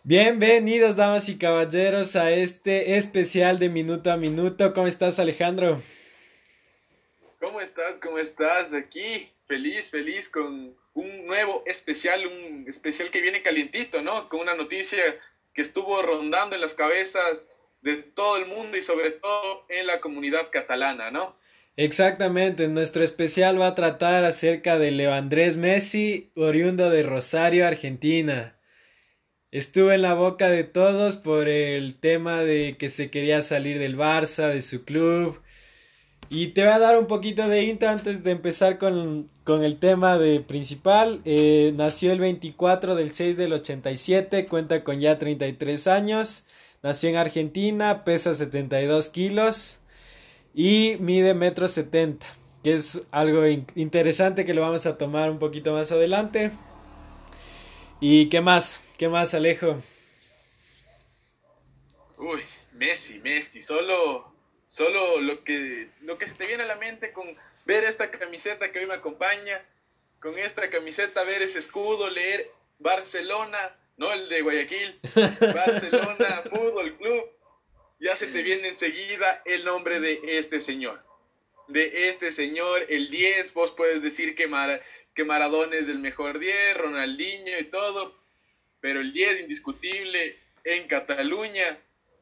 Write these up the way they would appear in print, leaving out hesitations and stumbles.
Bienvenidos, damas y caballeros, a este especial de Minuto a Minuto. ¿Cómo estás, Alejandro? ¿Cómo estás? ¿Cómo estás? Aquí, feliz, feliz con un nuevo especial, un especial que viene calientito, ¿no? Con una noticia que estuvo rondando en las cabezas de todo el mundo y sobre todo en la comunidad catalana, ¿no? Exactamente, nuestro especial va a tratar acerca de Leo Andrés Messi, oriundo de Rosario, Argentina. Estuvo en la boca de todos por el tema de que se quería salir del Barça, de su club. Y te voy a dar un poquito de intro antes de empezar con el tema de principal. Nació el 24 del 6 del 87, cuenta con ya 33 años. Nació en Argentina, pesa 72 kilos y mide 1,70 m, que es algo interesante que lo vamos a tomar un poquito más adelante. ¿Y qué más? ¿Qué más, Alejo? Uy, Messi, Messi, solo lo que se te viene a la mente con ver esta camiseta que hoy me acompaña, con esta camiseta ver ese escudo, leer Barcelona, no el de Guayaquil, Barcelona Fútbol Club, ya se te viene enseguida el nombre de este señor. De este señor, el 10, vos puedes decir que Maradona es el mejor 10, Ronaldinho y todo, pero el 10 indiscutible en Cataluña,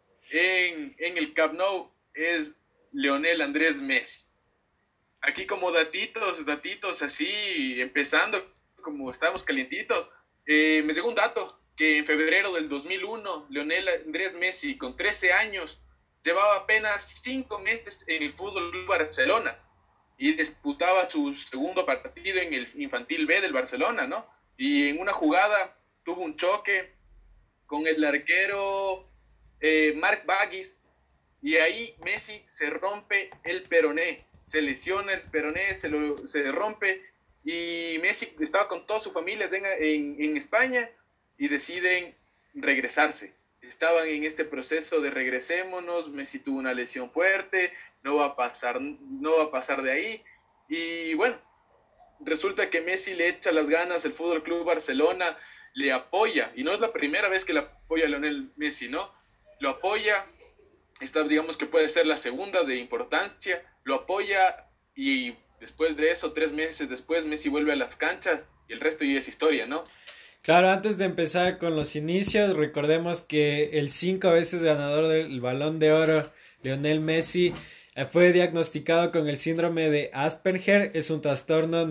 en el Camp Nou, es Lionel Andrés Messi. Aquí como datitos así, empezando, como estamos calientitos, me llegó un dato que en febrero del 2001, Lionel Andrés Messi, con 13 años, llevaba apenas 5 meses en el Fútbol Barcelona y disputaba su segundo partido en el Infantil B del Barcelona, ¿no? Y en una jugada tuvo un choque con el arquero Marc Bagis y ahí Messi se rompe el peroné, se lesiona el peroné, se rompe y Messi estaba con toda su familia en España y deciden regresarse. Estaban en este proceso de regresémonos, Messi tuvo una lesión fuerte, no va a pasar de ahí. Y bueno, resulta que Messi le echa las ganas, el Fútbol Club Barcelona le apoya, y no es la primera vez que le apoya a Lionel Messi, ¿no? Lo apoya, esta digamos que puede ser la segunda de importancia, lo apoya y después de eso, 3 meses después, Messi vuelve a las canchas y el resto ya es historia, ¿no? Claro, antes de empezar con los inicios, recordemos que el 5 veces ganador del Balón de Oro, Lionel Messi, fue diagnosticado con el síndrome de Asperger. Es un trastorno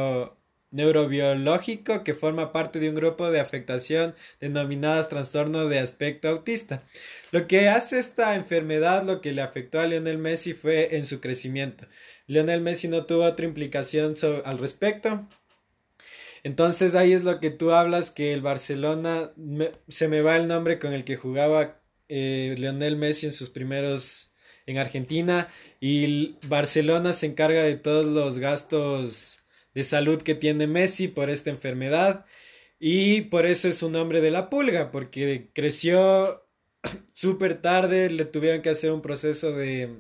neurobiológico que forma parte de un grupo de afectación denominadas trastorno de aspecto autista. Lo que hace esta enfermedad, lo que le afectó a Lionel Messi fue en su crecimiento. Lionel Messi no tuvo otra implicación al respecto. Entonces ahí es lo que tú hablas, que el Barcelona, se me va el nombre con el que jugaba Lionel Messi en sus primeros en Argentina, y Barcelona se encarga de todos los gastos de salud que tiene Messi por esta enfermedad, y por eso es un nombre de la pulga, porque creció súper tarde, le tuvieron que hacer un proceso de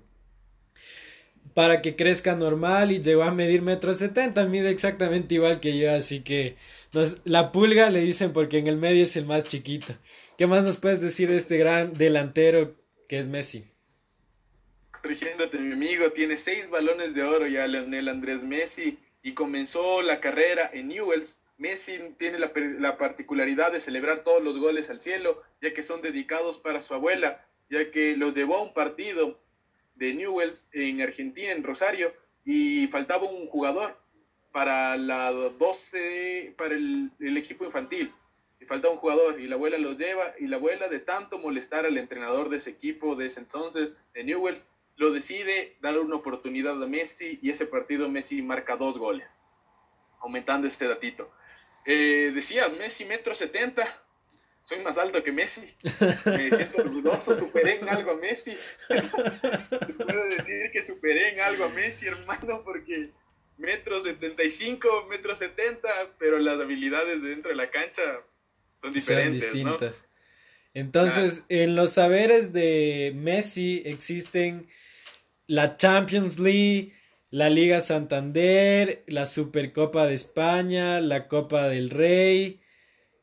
para que crezca normal y llegó a medir 1,70 m, mide exactamente igual que yo, así que la pulga le dicen porque en el medio es el más chiquito. ¿Qué más nos puedes decir de este gran delantero que es Messi? Corrigiéndote, mi amigo, tiene 6 balones de oro ya Leonel Andrés Messi y comenzó la carrera en Newell's. Messi tiene la particularidad de celebrar todos los goles al cielo, ya que son dedicados para su abuela, ya que los llevó a un partido de Newell's en Argentina, en Rosario, y faltaba un jugador para la 12, para el equipo infantil. Y faltaba un jugador y la abuela los lleva y la abuela de tanto molestar al entrenador de ese equipo de ese entonces, de Newell's, lo decide dar una oportunidad a Messi y ese partido Messi marca 2 goles, aumentando este datito. Decías, Messi 1,70 m, soy más alto que Messi, me siento orgulloso, superé en algo a Messi, puedo decir que superé en algo a Messi, hermano, porque 1,75 m, 1,70 m, pero las habilidades de dentro de la cancha son Son diferentes, ¿no? distintas. Claro. Entonces, en los saberes de Messi existen la Champions League, la Liga Santander, la Supercopa de España, la Copa del Rey.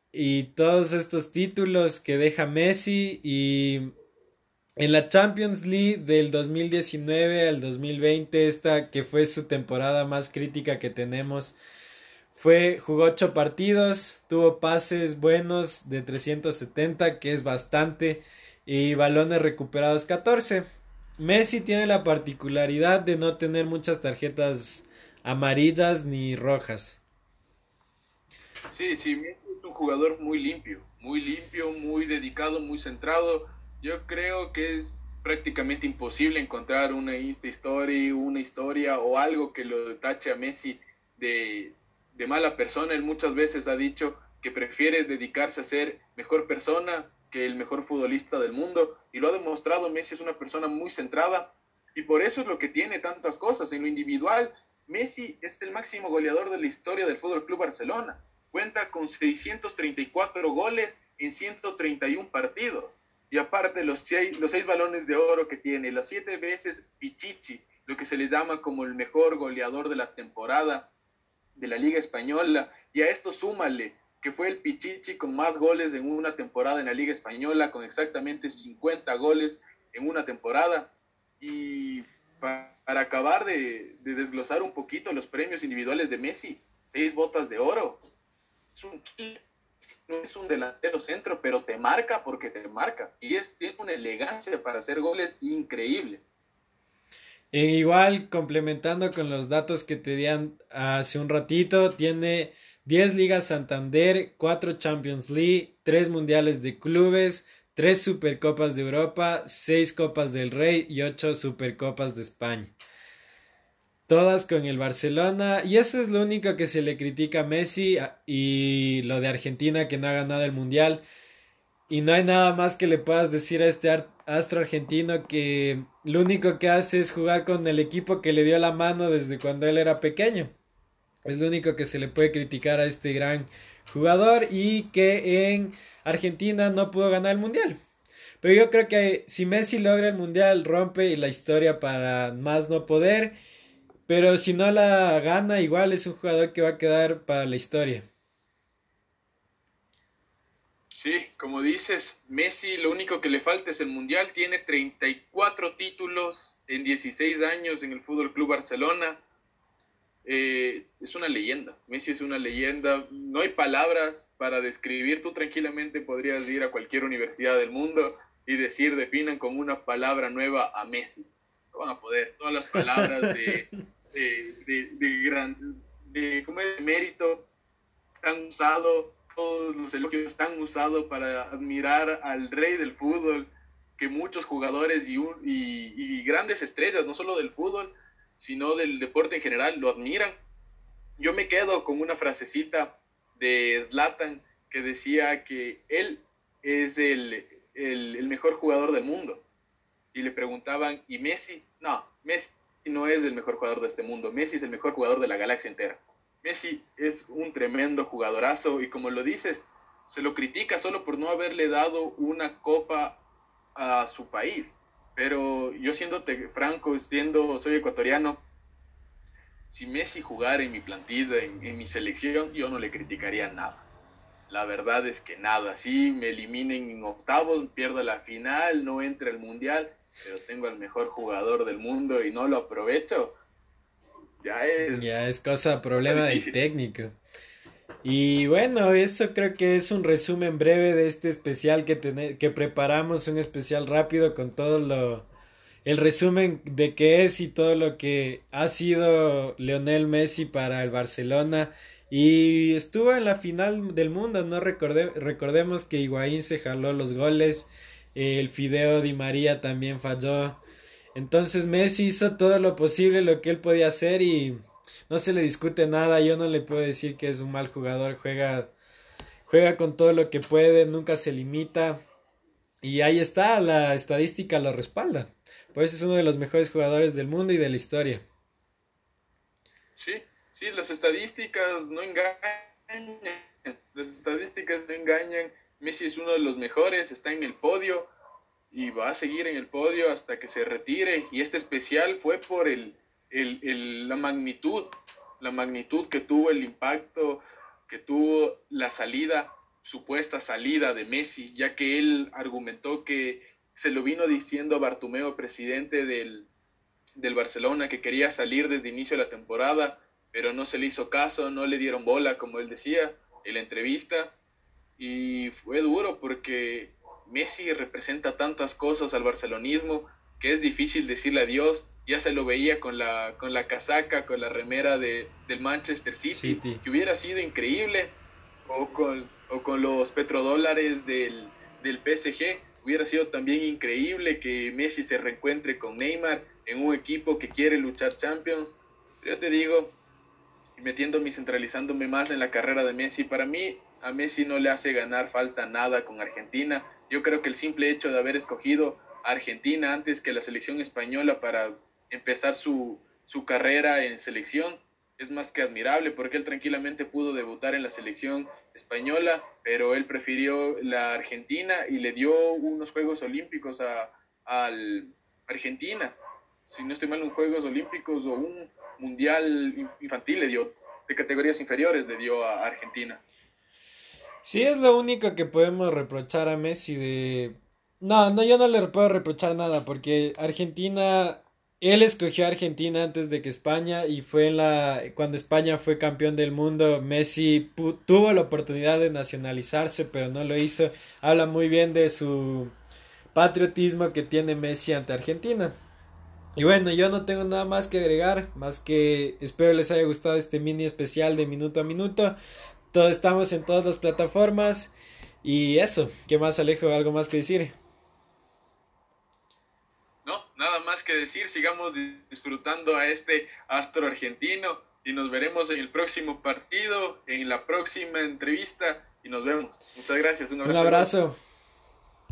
y todos estos títulos que deja Messi. Y en la Champions League del 2019 al 2020, esta que fue su temporada más crítica que tenemos, jugó 8 partidos, tuvo pases buenos de 370, que es bastante, y balones recuperados 14. Messi tiene la particularidad de no tener muchas tarjetas amarillas ni rojas. Sí, sí, Messi es un jugador muy limpio, muy dedicado, muy centrado. Yo creo que es prácticamente imposible encontrar una Insta Story, una historia o algo que lo tache a Messi de, de mala persona. Él muchas veces ha dicho que prefiere dedicarse a ser mejor persona que el mejor futbolista del mundo y lo ha demostrado. Messi es una persona muy centrada y por eso es lo que tiene tantas cosas. En lo individual, Messi es el máximo goleador de la historia del Fútbol Club Barcelona. Cuenta con 634 goles en 131 partidos. Y aparte los 6 balones de oro que tiene, las 7 veces Pichichi, lo que se le llama como el mejor goleador de la temporada de la Liga Española. Y a esto súmale que fue el Pichichi con más goles en una temporada en la Liga Española, con exactamente 50 goles en una temporada. Y para acabar de desglosar un poquito los premios individuales de Messi, 6 botas de oro, no es un delantero centro, pero te marca porque te marca. Y tiene una elegancia para hacer goles increíble. E igual, complementando con los datos que te di hace un ratito, tiene 10 Ligas Santander, 4 Champions League, 3 Mundiales de Clubes, 3 Supercopas de Europa, 6 Copas del Rey y 8 Supercopas de España. Todas con el Barcelona. Y eso es lo único que se le critica a Messi, y lo de Argentina, que no ha ganado el Mundial. Y no hay nada más que le puedas decir a este astro argentino, que lo único que hace es jugar con el equipo que le dio la mano desde cuando él era pequeño. Es lo único que se le puede criticar a este gran jugador, y que en Argentina no pudo ganar el Mundial. Pero yo creo que si Messi logra el Mundial, rompe la historia para más no poder. Pero si no la gana, igual es un jugador que va a quedar para la historia. Sí, como dices, Messi lo único que le falta es el Mundial. Tiene 34 títulos en 16 años en el Fútbol Club Barcelona. Es una leyenda. Messi es una leyenda. No hay palabras para describir. Tú tranquilamente podrías ir a cualquier universidad del mundo y decir, definan con una palabra nueva a Messi. No van a poder. Todas las palabras ¿cómo es? De mérito están usados, todos los elogios están usados para admirar al rey del fútbol, que muchos jugadores y grandes estrellas, no solo del fútbol, sino del deporte en general, lo admiran. Yo me quedo con una frasecita de Zlatan que decía que él es el mejor jugador del mundo. Y le preguntaban, ¿y Messi? No, Messi no es el mejor jugador de este mundo. Messi es el mejor jugador de la galaxia entera. Messi es un tremendo jugadorazo y como lo dices, se lo critica solo por no haberle dado una copa a su país. Pero yo siéndote franco, soy ecuatoriano, si Messi jugara en mi plantilla, en mi selección, yo no le criticaría nada. La verdad es que nada, si me eliminen en octavos, pierdo la final, no entre al mundial, pero tengo al mejor jugador del mundo y no lo aprovecho, ya Ya es es cosa, cosa problema del difícil. técnico. Y bueno, eso creo que es un resumen breve de este especial que preparamos, un especial rápido con el resumen de qué es y todo lo que ha sido Lionel Messi para el Barcelona. Y estuvo en la final del mundo, ¿no? Recordemos que Higuaín se jaló los goles, el Fideo Di María también falló. Entonces Messi hizo todo lo posible, lo que él podía hacer, y no se le discute nada. Yo no le puedo decir que es un mal jugador, juega con todo lo que puede, nunca se limita. Y ahí está, la estadística lo respalda. Por eso es uno de los mejores jugadores del mundo y de la historia. Sí, sí, las estadísticas no engañan, las estadísticas no engañan, Messi es uno de los mejores, está en el podio y va a seguir en el podio hasta que se retire y este especial fue por la magnitud que tuvo el impacto, que tuvo la salida supuesta salida de Messi, ya que él argumentó que se lo vino diciendo a Bartomeu, presidente del Barcelona, que quería salir desde inicio de la temporada, pero no se le hizo caso, no le dieron bola, como él decía en la entrevista, y fue duro porque Messi representa tantas cosas al barcelonismo que es difícil decirle adiós. Ya se lo veía con la casaca, con la remera del Manchester City, City. que hubiera sido increíble, o con los petrodólares del PSG, hubiera sido también increíble que Messi se reencuentre con Neymar en un equipo que quiere luchar Champions. Pero yo te digo, metiéndome y centralizándome más en la carrera de Messi, para mí a Messi no le hace ganar falta nada con Argentina. Yo creo que el simple hecho de haber escogido a Argentina antes que la selección española para empezar su carrera en selección es más que admirable, porque él tranquilamente pudo debutar en la selección española, pero él prefirió la Argentina y le dio unos Juegos Olímpicos a Argentina. Si no estoy mal, un Juegos Olímpicos o un Mundial infantil le dio, de categorías inferiores le dio a Argentina. Sí, es lo único que podemos reprochar a Messi de... No, no, yo no le puedo reprochar nada porque Argentina, él escogió a Argentina antes de que España y fue cuando España fue campeón del mundo, Messi tuvo la oportunidad de nacionalizarse, pero no lo hizo. Habla muy bien de su patriotismo que tiene Messi ante Argentina. Y bueno, yo no tengo nada más que agregar, más que espero les haya gustado este mini especial de minuto a minuto. Todos estamos en todas las plataformas. Y eso, ¿qué más, Alejo? ¿Algo más que decir? No, nada más que decir, sigamos disfrutando a este astro argentino y nos veremos en el próximo partido, en la próxima entrevista y nos vemos. Muchas gracias, un Un abrazo. abrazo.